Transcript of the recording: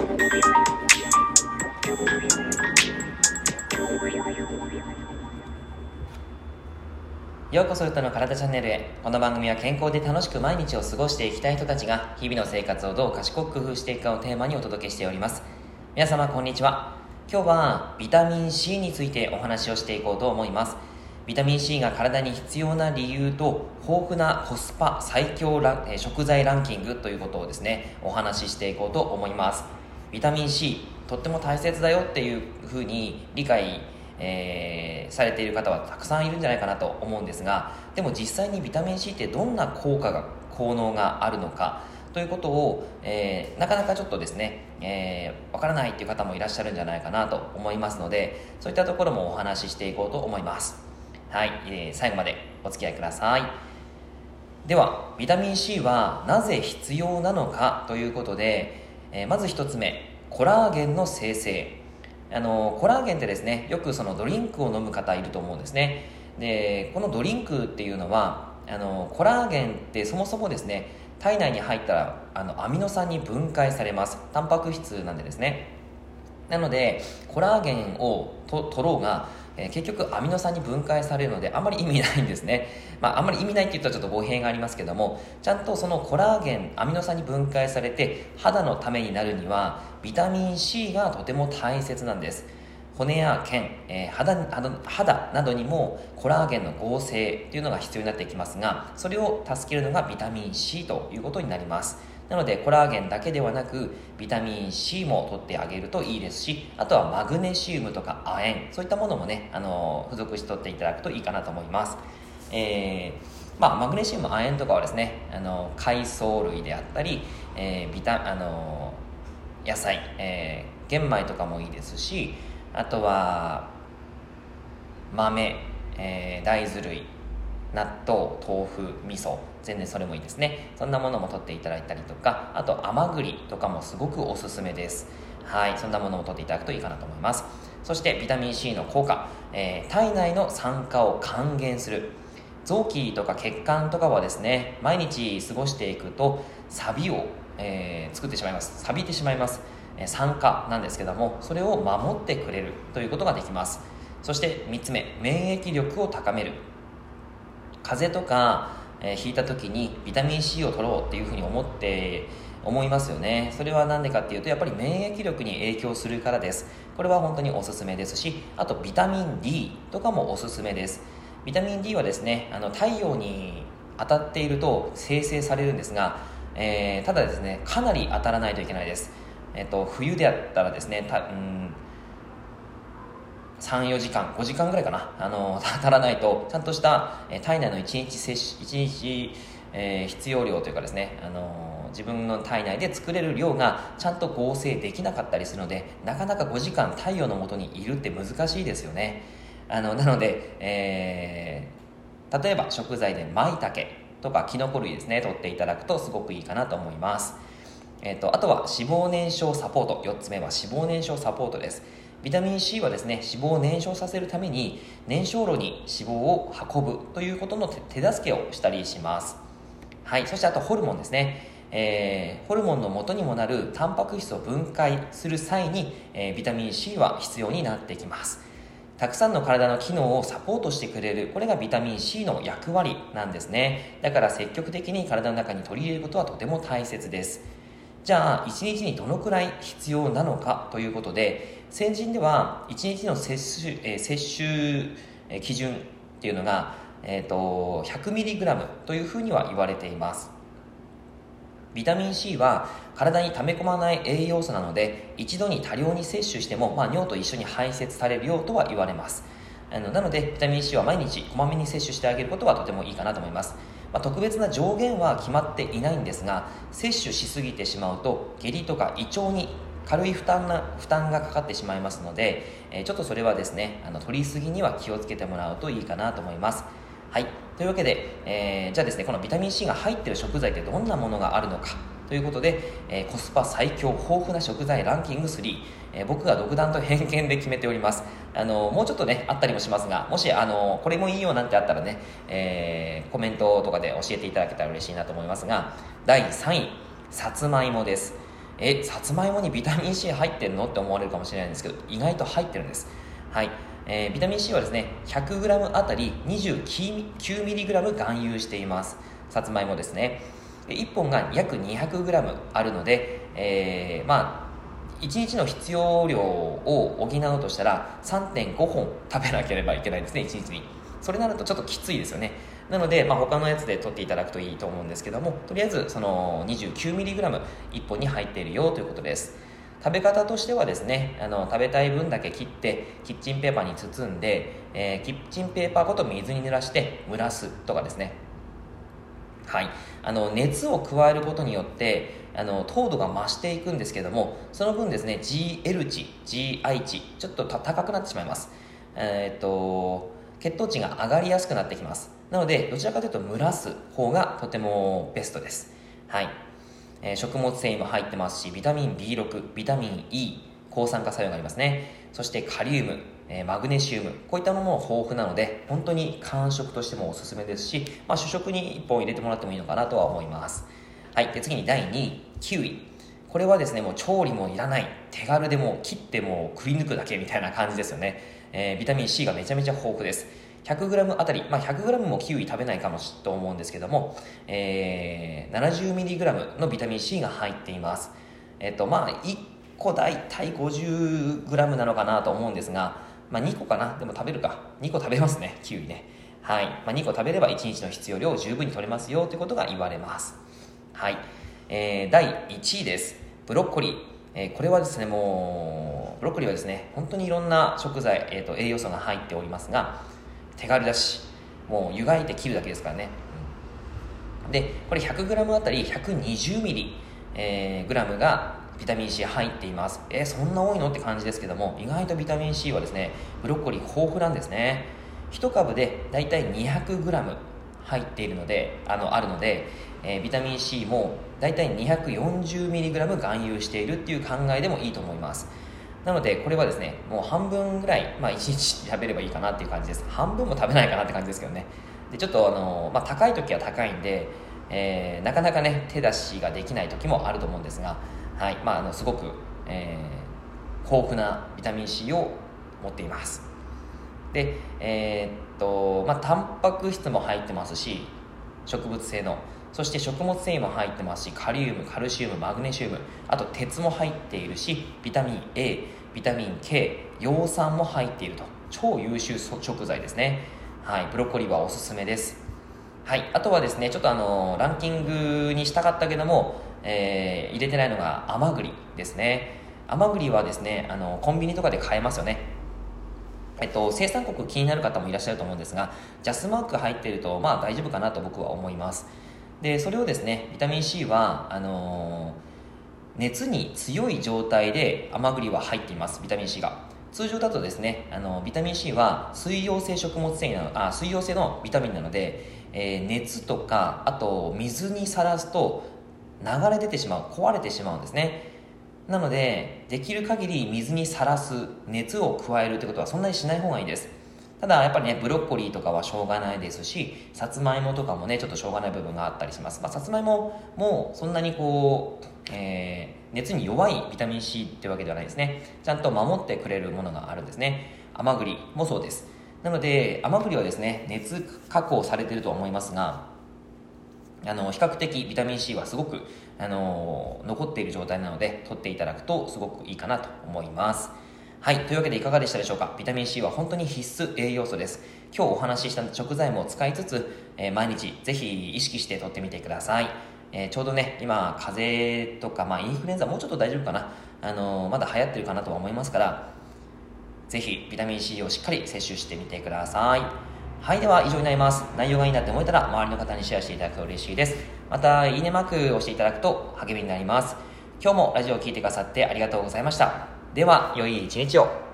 ようこそウトの体チャンネルへ。この番組は健康で楽しく毎日を過ごしていきたい人たちが日々の生活をどう賢く工夫していくかをテーマにお届けしております。皆様こんにちは。今日はビタミン C についてお話をしていこうと思います。ビタミン C が体に必要な理由と豊富なコスパ最強食材ランキングということをですね、お話ししていこうと思います。ビタミン C とっても大切だよっていうふうに理解されている方はたくさんいるんじゃないかなと思うんですが、でも実際にビタミン C ってどんな効能があるのかということを、なかなかちょっとですね、わからないっていう方もいらっしゃるんじゃないかなと思いますので、そういったところもお話ししていこうと思います。はい、最後までお付き合いください。ではビタミン C はなぜ必要なのかということで、まず一つ目、コラーゲンの生成。コラーゲンってですね、よくそのドリンクを飲む方いると思うんですね。で、このドリンクっていうのはコラーゲンってそもそもですね、体内に入ったらアミノ酸に分解されます。タンパク質なんでですね。なのでコラーゲンを取ろうが、結局アミノ酸に分解されるのであまり意味ないんですね。あんまり意味ないって言ったらちょっと語弊がありますけども、ちゃんとそのコラーゲンアミノ酸に分解されて肌のためになるにはビタミン C がとても大切なんです。骨や腱、肌などにもコラーゲンの合成というのが必要になってきますが、それを助けるのがビタミン C ということになります。なのでコラーゲンだけではなくビタミン C も取ってあげるといいですし、あとはマグネシウムとか亜鉛、そういったものもね、付属して取っていただくといいかなと思います。マグネシウム、亜鉛とかはですね、海藻類であったり、野菜、玄米とかもいいですし、あとは豆、大豆類、納豆、豆腐、味噌、全然それもいいですね。そんなものも取っていただいたりとか、あと甘栗とかもすごくおすすめです。はい、そんなものも取っていただくといいかなと思います。そしてビタミン C の効果、体内の酸化を還元する。臓器とか血管とかはですね、毎日過ごしていくとサビを、作ってしまいます。錆びてしまいます。酸化なんですけども、それを守ってくれるということができます。そして3つ目、免疫力を高める。風邪とか、ひいた時にビタミン C を取ろうっていうふうに思いますよね。それは何でかっていうと、やっぱり免疫力に影響するからです。これは本当におすすめですし、あとビタミン D とかもおすすめです。ビタミン D はですね、太陽に当たっていると生成されるんですが、ただですね、かなり当たらないといけないです。冬であったらですね、3、4時間、5時間ぐらいかな、当たらないと、ちゃんとした体内の1日、必要量というかですね、自分の体内で作れる量がちゃんと合成できなかったりするので、なかなか5時間太陽の下にいるって難しいですよね。なので、例えば食材で舞茸とかキノコ類ですね、取っていただくとすごくいいかなと思います。あとは脂肪燃焼サポート。4つ目は脂肪燃焼サポートです。ビタミン C はですね、脂肪を燃焼させるために燃焼炉に脂肪を運ぶということの手助けをしたりします。はい、そしてあとホルモンですね。ホルモンの元にもなるタンパク質を分解する際に、ビタミン C は必要になってきます。たくさんの体の機能をサポートしてくれる、これがビタミン C の役割なんですね。だから積極的に体の中に取り入れることはとても大切です。じゃあ1日にどのくらい必要なのかということで、先人では1日の摂取基準っていうのが、100mg というふうには言われています。ビタミン C は体に溜め込まない栄養素なので、一度に多量に摂取しても、尿と一緒に排泄されるよとは言われます。なのでビタミン C は毎日こまめに摂取してあげることはとてもいいかなと思います。特別な上限は決まっていないんですが、摂取しすぎてしまうと下痢とか胃腸に軽い負担がかかってしまいますので、ちょっとそれはですね、取りすぎには気をつけてもらうといいかなと思います。はい、というわけで、じゃあですね、このビタミン C が入っている食材ってどんなものがあるのかということで、コスパ最強豊富な食材ランキング3、僕が独断と偏見で決めております。もうちょっとねあったりもしますが、もしこれもいいよなんてあったらね、コメントとかで教えていただけたら嬉しいなと思いますが、第3位、さつまいもです。 さつまいもにビタミン C 入ってるのって思われるかもしれないんですけど、意外と入ってるんです。はい。ビタミン C はですね、100g あたり 29mg 含有しています。さつまいもですね。1本が約 200g あるので、1日の必要量を補おうとしたら 3.5 本食べなければいけないですね、1日に。それになるとちょっときついですよね。なので、他のやつで取っていただくといいと思うんですけども、とりあえずその 29mg 1本に入っているよということです。食べ方としてはですね、食べたい分だけ切ってキッチンペーパーに包んで、キッチンペーパーごと水に濡らして蒸らすとかですね。はい、熱を加えることによって糖度が増していくんですけども、その分ですね GL 値 GI 値ちょっと高くなってしまいます。血糖値が上がりやすくなってきます。なのでどちらかというと蒸らす方がとてもベストです。はい。食物繊維も入ってますし、ビタミン B6、ビタミン E、抗酸化作用がありますね。そしてカリウム、マグネシウム、こういったものも豊富なので、本当に間食としてもおすすめですし、主食に1本入れてもらってもいいのかなとは思います。はい。で、次に第2位、キウイ。これはですね、もう調理もいらない。手軽でもう切ってもくり抜くだけみたいな感じですよね。ビタミン C がめちゃめちゃ豊富です。100g あたり、100g もキウイ食べないかもと思うんですけども、70mg のビタミン C が入っています。1個だいたい 50g なのかなと思うんですが、2個かな、でも食べるか。2個食べますね、キウイね。はい。2個食べれば1日の必要量を十分に取れますよということが言われます。はい。第1位です。ブロッコリー。これはですね、もう、ブロッコリーはですね、本当にいろんな食材、栄養素が入っておりますが、手軽だし、もう湯がいて切るだけですからね。で、これ 100g あたり 120mg がビタミン C 入っています。そんな多いのって感じですけども、意外とビタミン C はですね、ブロッコリー豊富なんですね。1株でだいたい 200g 入っているので、あるので、ビタミン C もだいたい 240mg 含有しているっていう考えでもいいと思います。なのでこれはですね、もう半分ぐらい、1日食べればいいかなっていう感じです。半分も食べないかなって感じですけどね。でちょっと高い時は高いんで、なかなかね手出しができない時もあると思うんですが、はい、すごく、豊富なビタミン C を持っています。で、タンパク質も入ってますし、植物性の、そして食物繊維も入ってますし、カリウム、カルシウム、マグネシウム、あと鉄も入っているし、ビタミン A、ビタミン K、葉酸も入っていると、超優秀食材ですね。はい、ブロッコリーはおすすめです。はい、あとはですね、ちょっとランキングにしたかったけども、入れてないのが甘栗ですね。甘栗はですね、コンビニとかで買えますよね。生産国気になる方もいらっしゃると思うんですが、ジャスマーク入っていると大丈夫かなと僕は思います。でそれをですね、ビタミン C は熱に強い状態で甘栗は入っています。ビタミン C が通常だとですね、ビタミン C は水溶性食物繊維水溶性のビタミンなので、熱とかあと水にさらすと流れ出てしまう、壊れてしまうんですね。なのでできる限り水にさらす、熱を加えるということはそんなにしない方がいいです。ただやっぱりね、ブロッコリーとかはしょうがないですし、さつまいもとかもねちょっとしょうがない部分があったりします。さつまいももそんなに熱に弱いビタミン C ってわけではないですね。ちゃんと守ってくれるものがあるんですね。甘栗もそうです。なので甘栗はですね、熱加工されていると思いますが、比較的ビタミン C はすごく残っている状態なので、取っていただくとすごくいいかなと思います。はい、というわけでいかがでしたでしょうか。ビタミン C は本当に必須栄養素です。今日お話しした食材も使いつつ、毎日ぜひ意識して取ってみてください。ちょうどね、今風邪とか、インフルエンザもうちょっと大丈夫かな、まだ流行ってるかなとは思いますから、ぜひビタミン C をしっかり摂取してみてください。はい、では以上になります。内容がいいなって思えたら周りの方にシェアしていただくと嬉しいです。またいいねマークを押していただくと励みになります。今日もラジオを聞いてくださってありがとうございました。では良い一日を。